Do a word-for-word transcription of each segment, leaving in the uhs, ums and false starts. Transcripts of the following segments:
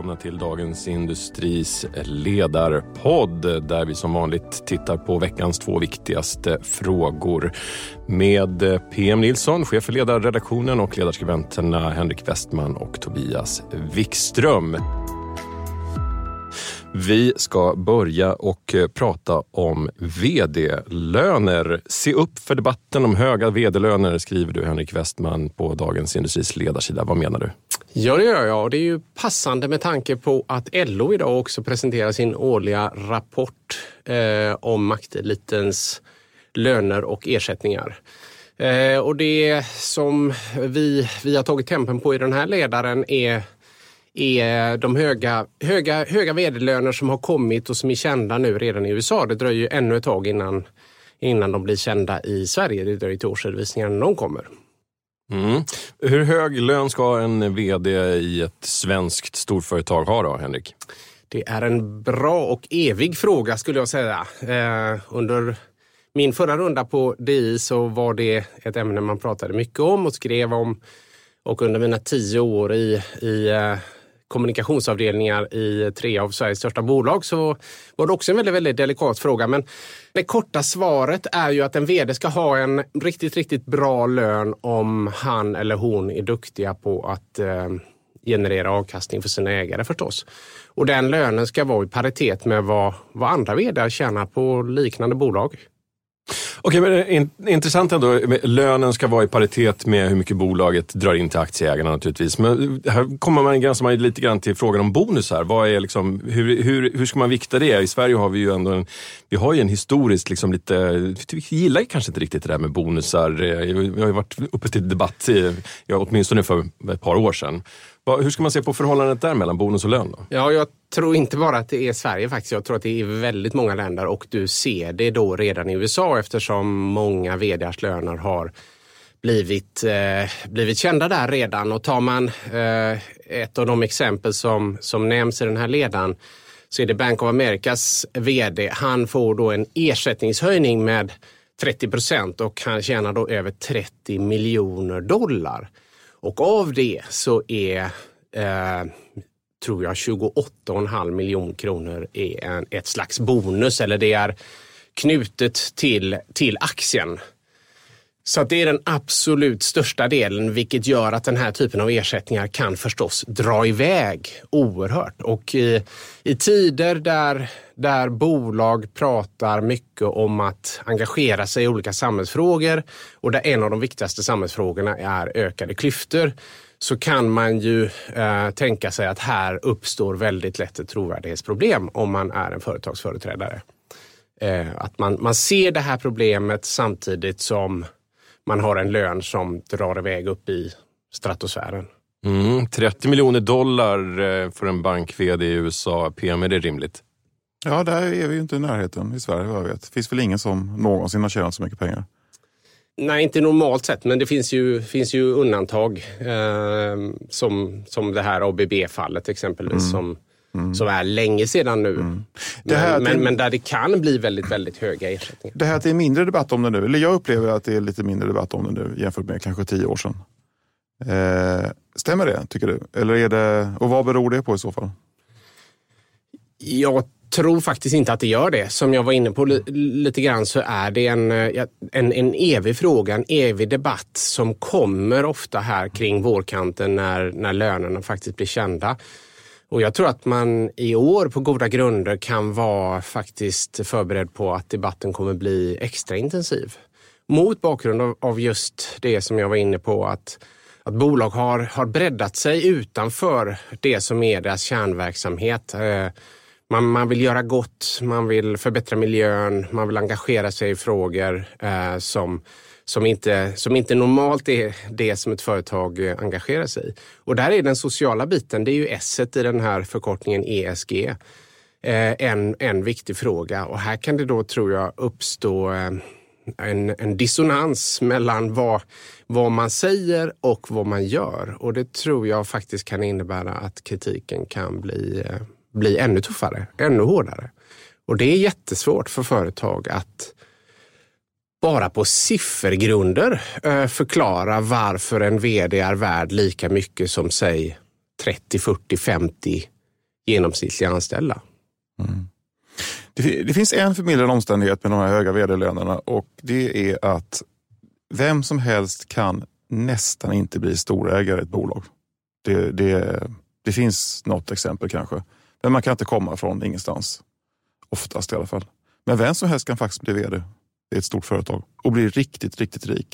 välkomna till Dagens Industris ledarpodd där vi som vanligt tittar på veckans två viktigaste frågor med P M Nilsson, chef för ledarredaktionen, och ledarskribenterna Henrik Westman och Tobias Wikström. Vi ska börja och prata om vd-löner. Se upp för debatten om höga vd-löner, skriver du, Henrik Westman, på Dagens Industris ledarsida. Vad menar du? Ja, det gör jag. Det är ju passande med tanke på att L O idag också presenterar sin årliga rapport eh, om maktelitens löner och ersättningar. Eh, och det som vi, vi har tagit tempen på i den här ledaren är är de höga, höga, höga vd-löner som har kommit och som är kända nu redan i U S A. Det dröjer ju ännu ett tag innan, innan de blir kända i Sverige. Det dröjer till årsredovisningarna när de kommer. Mm. Hur hög lön ska en vd i ett svenskt storföretag ha då, Henrik? Det är en bra och evig fråga, skulle jag säga. Eh, under min förra runda på D I så var det ett ämne man pratade mycket om och skrev om. Och under mina tio år i, i eh, kommunikationsavdelningar i tre av Sveriges största bolag så var det också en väldigt, väldigt delikat fråga. Men det korta svaret är ju att en vd ska ha en riktigt, riktigt bra lön om han eller hon är duktiga på att eh, generera avkastning för sina ägare förstås. Och den lönen ska vara i paritet med vad, vad andra vd tjänar på liknande bolag. Okej, men in, intressant ändå. Lönen ska vara i paritet med hur mycket bolaget drar in till aktieägarna naturligtvis. Men här kommer man ganska lite grann till frågan om bonusar. Vad är liksom, hur, hur, hur ska man vikta det? I Sverige har vi ju ändå en, vi har ju en historiskt liksom lite, vi gillar kanske inte riktigt det där med bonusar. Vi har ju varit uppe till debatt, ja, åtminstone för ett par år sedan. Hur ska man se på förhållandet där mellan bonus och lön då? Ja, jag tror inte bara att det är Sverige faktiskt. Jag tror att det är väldigt många länder och du ser det då redan i U S A eftersom många vd:ars löner har blivit, eh, blivit kända där redan. Och tar man eh, ett av de exempel som, som nämns i den här ledaren så är det Bank of Americas vd. Han får då en ersättningshöjning med trettio procent och han tjänar då över trettio miljoner dollar. Och av det så är, eh, tror jag, tjugoåtta komma fem miljoner kronor är en, ett slags bonus. Eller det är knutet till, till aktien. Så att det är den absolut största delen, vilket gör att den här typen av ersättningar kan förstås dra iväg oerhört. Och i, i tider där, där bolag pratar mycket om att engagera sig i olika samhällsfrågor och där en av de viktigaste samhällsfrågorna är ökade klyftor, så kan man ju eh, tänka sig att här uppstår väldigt lätt ett trovärdighetsproblem om man är en företagsföreträdare. Eh, att man, man ser det här problemet samtidigt som man har en lön som drar iväg upp i stratosfären. Mm, trettio miljoner dollar för en bank-vd i U S A. P M, är det rimligt? Ja, där är vi ju inte i närheten i Sverige, vad jag vet. Det finns väl ingen som någonsin har tjänat så mycket pengar? Nej, inte normalt sett, men det finns ju, finns ju undantag. Eh, som, som det här A B B-fallet exempelvis, mm. som, mm. som är länge sedan nu. Mm. Det här men, men, det... men där det kan bli väldigt, väldigt höga ersättningar. Det här att det är mindre debatt om det nu, eller jag upplever att det är lite mindre debatt om det nu jämfört med kanske tio år sedan. Eh, stämmer det, tycker du? Eller är det, och vad beror det på i så fall? Jag tror faktiskt inte att det gör det. Som jag var inne på li- lite grann så är det en, en, en evig fråga, en evig debatt som kommer ofta här kring vårkanten när, när lönerna faktiskt blir kända. Och jag tror att man i år på goda grunder kan vara faktiskt förberedd på att debatten kommer bli extra intensiv. Mot bakgrund av, av just det som jag var inne på, att, att bolag har, har breddat sig utanför det som är deras kärnverksamhet. Eh, man, man vill göra gott, man vill förbättra miljön, man vill engagera sig i frågor eh, som... Som inte, som inte normalt är det som ett företag engagerar sig i. Och där är den sociala biten, det är ju S-et i den här förkortningen E S G, eh, en, en viktig fråga. Och här kan det då, tror jag, uppstå eh, en, en dissonans mellan vad, vad man säger och vad man gör. Och det tror jag faktiskt kan innebära att kritiken kan bli, eh, bli ännu tuffare, ännu hårdare. Och det är jättesvårt för företag att bara på siffergrunder eh, förklara varför en vd är värd lika mycket som, säg, trettio, fyrtio, femtio genomsnittliga anställda. Mm. Det, det finns en förmildrande omständighet med de här höga vd-lönerna och det är att vem som helst kan nästan inte bli storägare i ett bolag. Det, det, det finns något exempel kanske. Men man kan inte komma från ingenstans. Oftast i alla fall. Men vem som helst kan faktiskt bli vd i ett stort företag och bli riktigt, riktigt rik.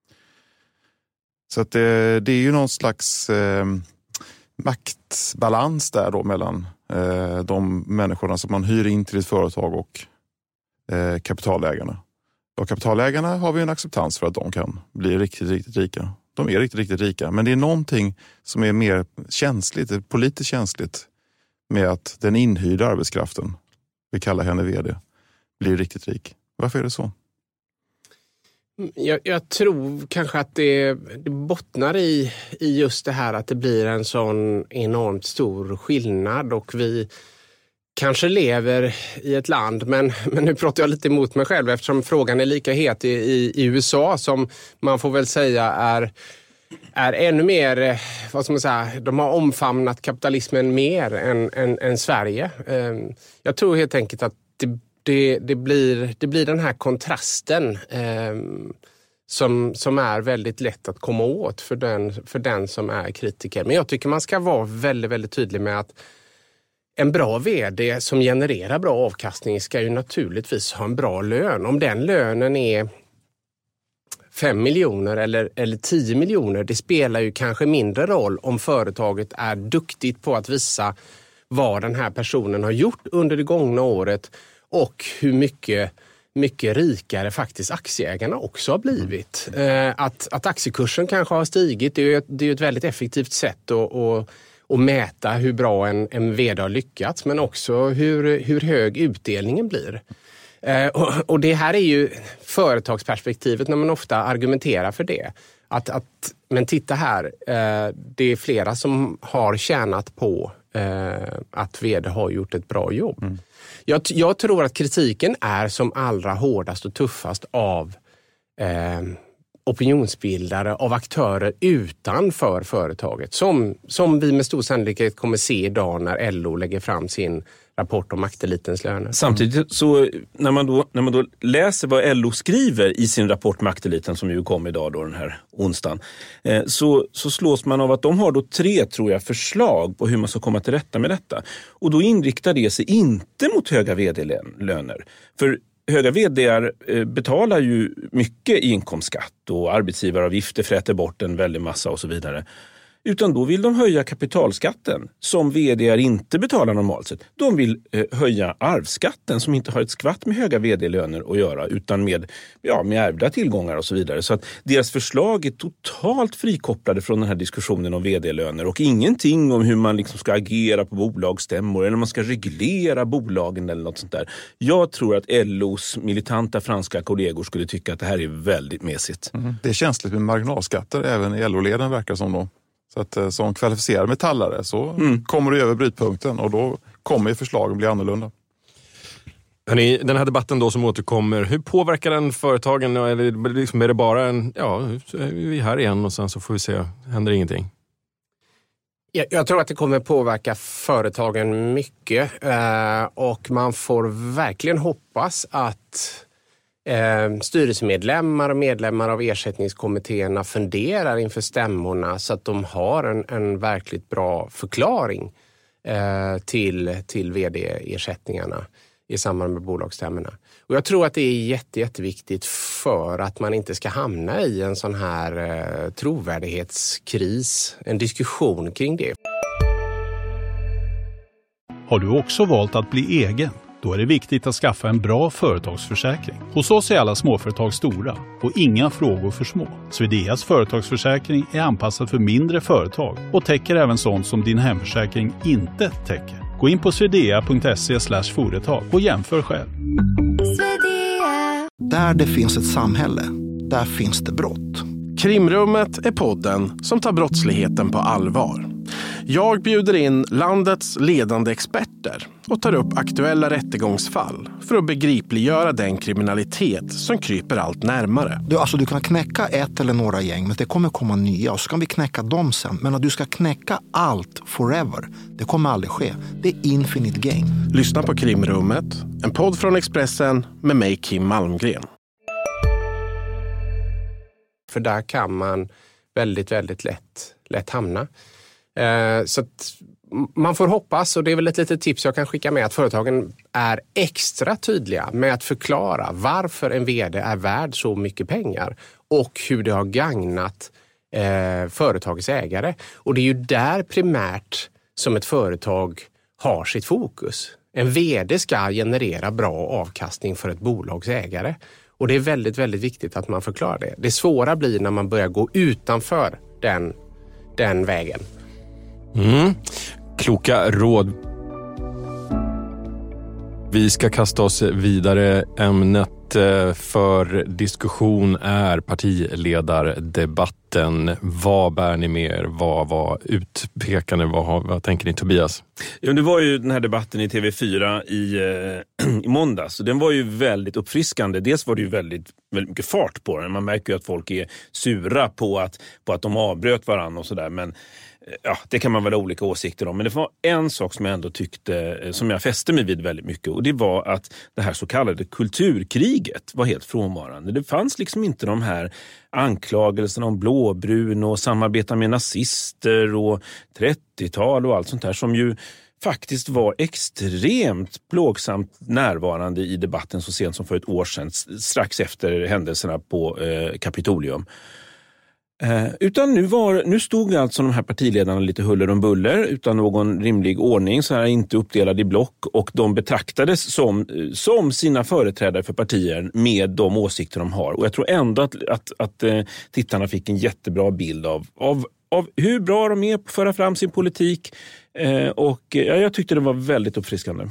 Så att det, det är ju någon slags eh, maktbalans där då mellan eh, de människorna som man hyr in till ett företag och eh, kapitalägarna. Och kapitalägarna har vi en acceptans för att de kan bli riktigt, riktigt rika. De är riktigt, riktigt rika. Men det är någonting som är mer känsligt, politiskt känsligt med att den inhyrda arbetskraften, vi kallar henne vd, blir riktigt rik. Varför är det så? Jag, jag tror kanske att det, det bottnar i, i just det här att det blir en sån enormt stor skillnad och vi kanske lever i ett land, men, men nu pratar jag lite emot mig själv eftersom frågan är lika het i, i, i U S A som man får väl säga är, är ännu mer, vad ska man säga, de har omfamnat kapitalismen mer än, än, än Sverige. Jag tror helt enkelt att det Det, det, blir, det blir den här kontrasten eh, som, som är väldigt lätt att komma åt för den, för den som är kritiker. Men jag tycker man ska vara väldigt, väldigt tydlig med att en bra vd som genererar bra avkastning ska ju naturligtvis ha en bra lön. Om den lönen är fem miljoner eller, eller tio miljoner, det spelar ju kanske mindre roll om företaget är duktigt på att visa vad den här personen har gjort under det gångna året. Och hur mycket, mycket rikare faktiskt aktieägarna också har blivit. Eh, att, att aktiekursen kanske har stigit, det är ju ett, det är ett väldigt effektivt sätt att, att, att mäta hur bra en, en vd har lyckats. Men också hur, hur hög utdelningen blir. Eh, och, och det här är ju företagsperspektivet när man ofta argumenterar för det. Att, att, men titta här, eh, det är flera som har tjänat på eh, att vd har gjort ett bra jobb. Mm. Jag, jag tror att kritiken är som allra hårdast och tuffast av eh, opinionsbildare, av aktörer utanför företaget. Som, som vi med stor sannolikhet kommer se idag när L O lägger fram sin rapport om maktelitens löner. Samtidigt så när man då, när man då läser vad L O skriver i sin rapport Makteliten som ju kom idag då den här onsdagen, eh, så, så slås man av att de har då tre, tror jag, förslag på hur man ska komma till rätta med detta. Och då inriktar det sig inte mot höga vd-löner. För höga vd:ar eh, betalar ju mycket i inkomstskatt och arbetsgivaravgifter fräter bort en väldig massa och så vidare. Utan då vill de höja kapitalskatten som vd:ar inte betalar normalt sett. De vill eh, höja arvsskatten som inte har ett skvatt med höga vd-löner att göra utan med, ja, med ärvda tillgångar och så vidare. Så att deras förslag är totalt frikopplade från den här diskussionen om vd-löner och ingenting om hur man liksom ska agera på bolagsstämmor eller man ska reglera bolagen eller något sånt där. Jag tror att L O:s militanta franska kollegor skulle tycka att det här är väldigt mesigt. Mm. Det är känsligt med marginalskatter även i L O-leden verkar som då. Så att som kvalificerad metallare så mm. kommer du över brytpunkten och då kommer ju förslagen bli annorlunda. Hörrni, den här debatten då som återkommer, hur påverkar den företagen? Eller liksom är det bara en, ja, så är vi här igen och sen så får vi se, händer ingenting? Jag, jag tror att det kommer påverka företagen mycket eh, och man får verkligen hoppas att Eh, styrelsemedlemmar och medlemmar av ersättningskommittéerna funderar inför stämmorna så att de har en, en verkligt bra förklaring eh, till, till vd-ersättningarna i samband med bolagsstämmorna. Och jag tror att det är jätte, jätteviktigt för att man inte ska hamna i en sån här eh, trovärdighetskris, en diskussion kring det. Har du också valt att bli egen? Då är det viktigt att skaffa en bra företagsförsäkring. Hos oss är alla småföretag stora och inga frågor för små. Swedeas företagsförsäkring är anpassad för mindre företag och täcker även sånt som din hemförsäkring inte täcker. Gå in på swedea punkt se slash företag och jämför själv. Där det finns ett samhälle, där finns det brott. Krimrummet är podden som tar brottsligheten på allvar. Jag bjuder in landets ledande experter och tar upp aktuella rättegångsfall för att begripliggöra den kriminalitet som kryper allt närmare. Du, alltså, du kan knäcka ett eller några gäng, men det kommer komma nya och så kan vi knäcka dem sen. Men att du ska knäcka allt forever, det kommer aldrig ske. Det är infinite gain. Lyssna på Krimrummet, en podd från Expressen med mig, Kim Malmgren. För där kan man väldigt, väldigt lätt, lätt hamna. Eh, så att man får hoppas, och det är väl ett litet tips jag kan skicka med, att företagen är extra tydliga med att förklara varför en vd är värd så mycket pengar och hur det har gagnat eh, företagets ägare. Och det är ju där primärt som ett företag har sitt fokus. En vd ska generera bra avkastning för ett bolags ägare. Och det är väldigt, väldigt viktigt att man förklarar det. Det svåra blir när man börjar gå utanför den, den vägen. Mm. Kloka råd. Vi ska kasta oss vidare. Ämnet för diskussion är partiledardebatten. Vad bär ni med er? Vad var utpekande? Vad, vad tänker ni, Tobias? Ja, det var ju den här debatten i T V fyra i, eh, i måndags. Den var ju väldigt uppfriskande. Dels var det ju väldigt, väldigt mycket fart på den. Man märker ju att folk är sura på att, på att de avbröt varandra och sådär. Men ja, det kan man väl ha olika åsikter om. Men det var en sak som jag ändå tyckte, som jag fäste mig vid väldigt mycket. Och det var att det här så kallade kulturkriget var helt frånvarande. Det fanns liksom inte de här anklagelserna om blåbrun och samarbeta med nazister och trettiotal och allt sånt där som ju faktiskt var extremt plågsamt närvarande i debatten så sent som för ett år sedan, strax efter händelserna på eh, Kapitolium. Eh, utan nu, var, nu stod alltså de här partiledarna lite huller om buller utan någon rimlig ordning, så här inte uppdelade i block, och de betraktades som, som sina företrädare för partier med de åsikter de har. Och jag tror ändå att, att, att eh, tittarna fick en jättebra bild av, av, av hur bra de är på att föra fram sin politik, eh, och ja, jag tyckte det var väldigt uppfriskande.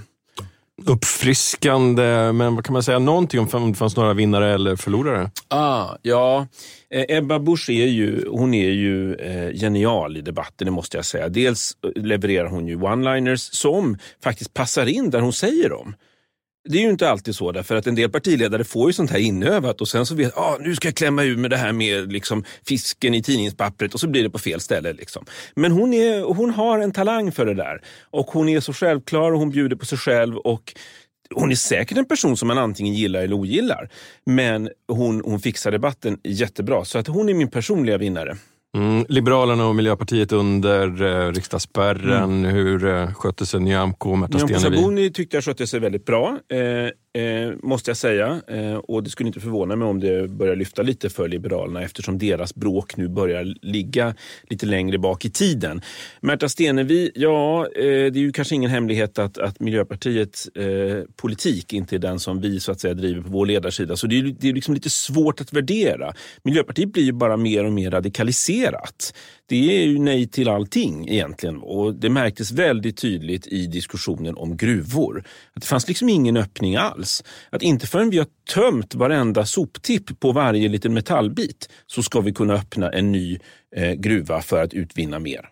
Uppfriskande, men vad kan man säga någonting om det fanns några vinnare eller förlorare? Ah, ja, Ebba Busch är ju, hon är ju eh, genial i debatten, det måste jag säga. Dels levererar hon ju one-liners som faktiskt passar in där hon säger dem. Det är ju inte alltid så, därför att en del partiledare får ju sånt här inövat och sen så vet ah, nu ska jag klämma ur med det här med liksom, fisken i tidningspappret, och så blir det på fel ställe. Liksom. Men hon, är, hon har en talang för det där, och hon är så självklar och hon bjuder på sig själv, och hon är säkert en person som man antingen gillar eller ogillar. Men hon, hon fixar debatten jättebra, så att hon är min personliga vinnare. Mm, Liberalerna och Miljöpartiet under eh, riksdagsspärren. Mm. Hur eh, skötte sig Nyamko och Märta Stenevi? Nyamko Sabuni tyckte jag skötte sig väldigt bra, eh, eh, måste jag säga. Eh, och det skulle inte förvåna mig om det börjar lyfta lite för Liberalerna, eftersom deras bråk nu börjar ligga lite längre bak i tiden. Märta Stenevi, ja, eh, det är ju kanske ingen hemlighet att, att Miljöpartiets eh, politik inte är den som vi så att säga driver på vår ledarsida. Så det är, det är liksom lite svårt att värdera. Miljöpartiet blir ju bara mer och mer radikaliserat. Det är ju nej till allting egentligen, och det märktes väldigt tydligt i diskussionen om gruvor. Att det fanns liksom ingen öppning alls. Att inte förrän vi har tömt varenda soptipp på varje liten metallbit så ska vi kunna öppna en ny eh, gruva för att utvinna mer.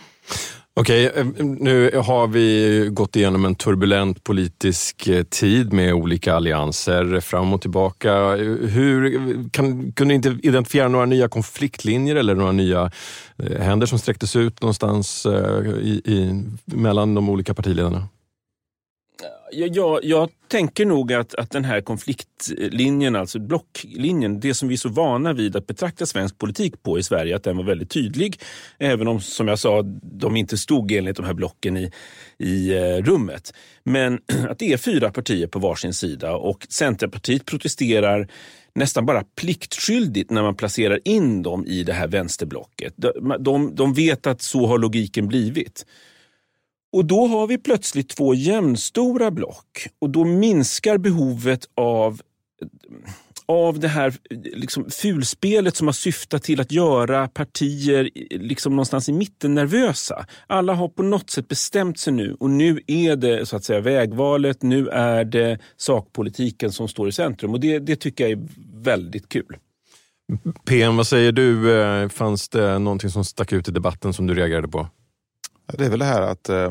Okej, nu har vi gått igenom en turbulent politisk tid med olika allianser fram och tillbaka. Hur kan, kunde ni inte identifiera några nya konfliktlinjer eller några nya händer som sträcktes ut någonstans i, i, mellan de olika partiledarna? Jag, jag, jag tänker nog att, att den här konfliktlinjen, alltså blocklinjen, det som vi är så vana vid att betrakta svensk politik på i Sverige, att den var väldigt tydlig. Även om, som jag sa, de inte stod enligt de här blocken i, i eh, rummet. Men att det är fyra partier på varsin sida, och Centerpartiet protesterar nästan bara pliktskyldigt när man placerar in dem i det här vänsterblocket. De, de, de vet att så har logiken blivit. Och då har vi plötsligt två jämnstora block, och då minskar behovet av, av det här liksom fulspelet som har syftat till att göra partier liksom någonstans i mitten nervösa. Alla har på något sätt bestämt sig nu, och nu är det så att säga vägvalet, nu är det sakpolitiken som står i centrum, och det, det tycker jag är väldigt kul. P M, vad säger du? Fanns det någonting som stack ut i debatten som du reagerade på? Det är väl det här att eh,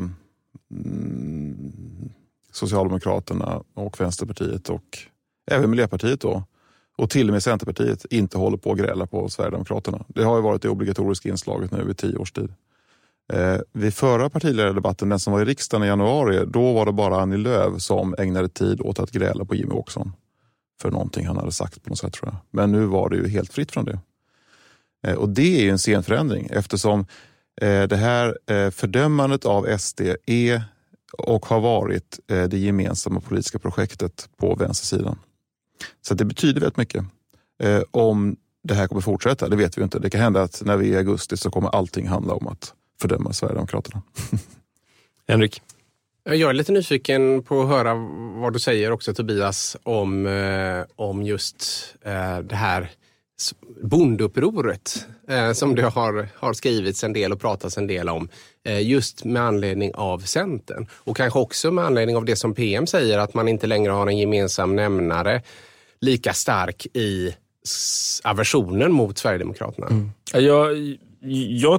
Socialdemokraterna och Vänsterpartiet och även Miljöpartiet då, och till och med Centerpartiet inte håller på att gräla på Sverigedemokraterna. Det har ju varit det obligatoriska inslaget nu i tio års tid. Eh, vid förra partiledardebatten, den som var i riksdagen i januari, då var det bara Annie Lööf som ägnade tid åt att gräla på Jimmie Åkesson för någonting han hade sagt på något sätt, tror jag. Men nu var det ju helt fritt från det. Eh, och det är ju en scenförändring eftersom eh, det här eh, fördömandet av S D är och har varit eh, det gemensamma politiska projektet på vänstersidan. Så det betyder väldigt mycket. Eh, om det här kommer fortsätta, det vet vi inte. Det kan hända att när vi är i augusti så kommer allting handla om att fördöma Sverigedemokraterna. Henrik? Jag är lite nyfiken på att höra vad du säger också, Tobias, om, eh, om just eh, det här bondupproret eh, som det har, har skrivits en del och pratats en del om, eh, just med anledning av Centern. Och kanske också med anledning av det som P M säger, att man inte längre har en gemensam nämnare lika stark i aversionen mot Sverigedemokraterna. Mm. Jag, jag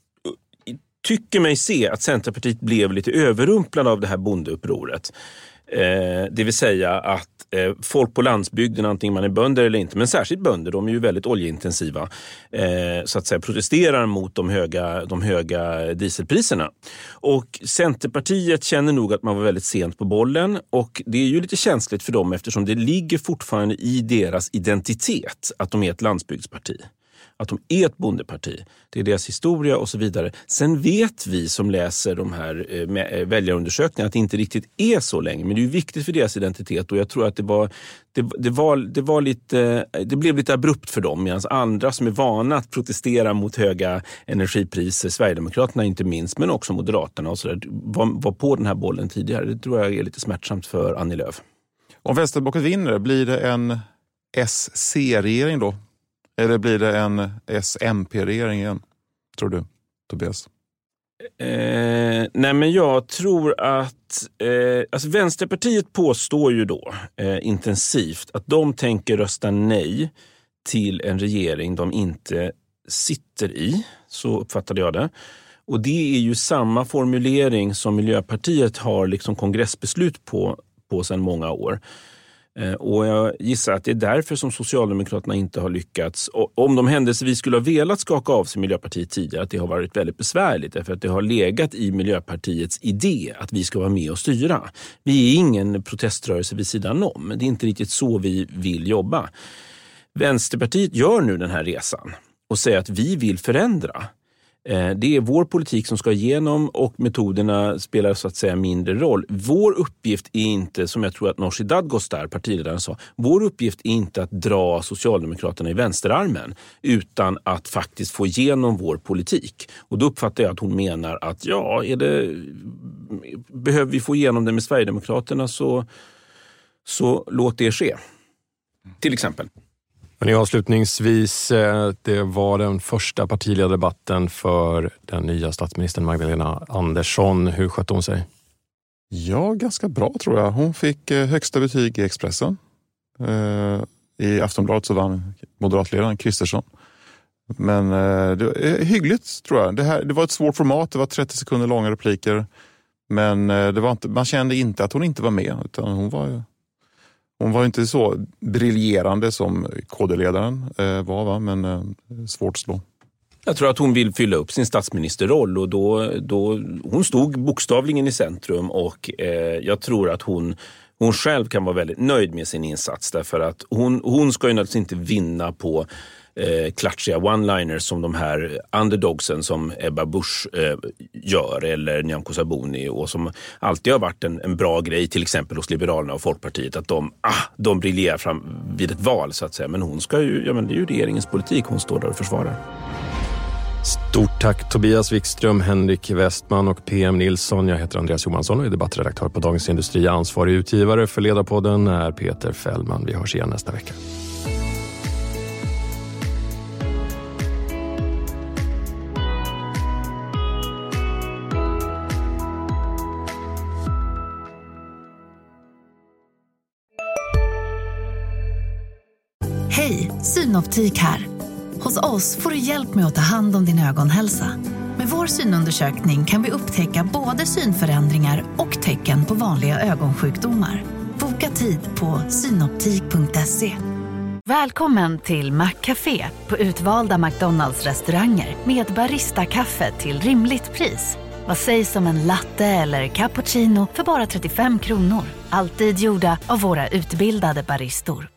tycker mig se att Centerpartiet blev lite överrumplad av det här bondeupproret. Eh, det vill säga att eh, folk på landsbygden, antingen man är bönder eller inte, men särskilt bönder, de är ju väldigt oljeintensiva, eh, så att säga protesterar mot de höga, de höga dieselpriserna. Och Centerpartiet känner nog att man var väldigt sent på bollen, och det är ju lite känsligt för dem eftersom det ligger fortfarande i deras identitet att de är ett landsbygdsparti. Att de är ett bondeparti. Det är deras historia och så vidare. Sen vet vi som läser de här eh, väljarundersökningarna att det inte riktigt är så länge. Men det är ju viktigt för deras identitet, och jag tror att det var, det, det var, det var lite, det blev lite abrupt för dem. Medan andra som är vana att protestera mot höga energipriser, Sverigedemokraterna inte minst, men också Moderaterna och så där, var, var på den här bollen tidigare. Det tror jag är lite smärtsamt för Annie Lööf. Om Vänsterblocket vinner, blir det en S C-regering då? Eller blir det en S M P-regering igen, tror du, Tobias? Eh, nej men jag tror att eh, alltså Vänsterpartiet påstår ju då eh, intensivt att de tänker rösta nej till en regering de inte sitter i, så uppfattade jag det. Och det är ju samma formulering som Miljöpartiet har liksom kongressbeslut på, på sedan många år. Och jag gissar att det är därför som Socialdemokraterna inte har lyckats. Om de händelsevis skulle ha velat skaka av sig Miljöpartiet tidigare, att det har varit väldigt besvärligt. Därför att det har legat i Miljöpartiets idé att vi ska vara med och styra. Vi är ingen proteströrelse vid sidan om. Det är inte riktigt så vi vill jobba. Vänsterpartiet gör nu den här resan och säger att vi vill förändra. Det är vår politik som ska igenom, och metoderna spelar så att säga mindre roll. Vår uppgift är inte, som jag tror att Nooshi Dadgostar, partiledaren, sa, vår uppgift är inte att dra Socialdemokraterna i vänsterarmen, utan att faktiskt få igenom vår politik. Och då uppfattar jag att hon menar att ja, är det, behöver vi få igenom det med Sverigedemokraterna så, så låt det ske. Till exempel. Men avslutningsvis, det var den första partiledardebatten för den nya statsministern Magdalena Andersson. Hur skötte hon sig? Ja, ganska bra tror jag. Hon fick högsta betyg i Expressen. I Aftonbladet så vann moderatledaren Kristersson. Men det är hyggligt tror jag. Det, här, det var ett svårt format, det var trettio sekunder långa repliker. Men det var inte, man kände inte att hon inte var med, utan hon var... Hon var inte så briljerande som K D-ledaren eh, var, va? Men eh, svårt att slå. Jag tror att hon vill fylla upp sin statsministerroll, och då, då, hon stod bokstavligen i centrum, och eh, jag tror att hon, hon själv kan vara väldigt nöjd med sin insats, därför att hon, hon ska ju naturligtvis inte vinna på eh, klatschiga one-liners som de här underdogsen som Ebba Busch eh, gör, eller Nyamko Sabuni, och som alltid har varit en, en bra grej till exempel hos Liberalerna och Folkpartiet, att de, ah, de briljerar fram vid ett val så att säga, men hon ska ju, ja men det är ju regeringens politik hon står där och försvarar. Stort tack Tobias Wikström, Henrik Westman och P M Nilsson. Jag heter Andreas Johansson och är debattredaktör på Dagens Industri. Ansvarig utgivare för Ledarpodden är Peter Fällman. Vi hörs igen nästa vecka. Hej, Synoptik här. Hos oss får du hjälp med att ta hand om din ögonhälsa. Med vår synundersökning kan vi upptäcka både synförändringar och tecken på vanliga ögonsjukdomar. Boka tid på synoptik punkt se. Välkommen till Maccafé på utvalda McDonalds-restauranger med Barista-kaffe till rimligt pris. Vad sägs om en latte eller cappuccino för bara trettiofem kronor? Alltid gjorda av våra utbildade baristor.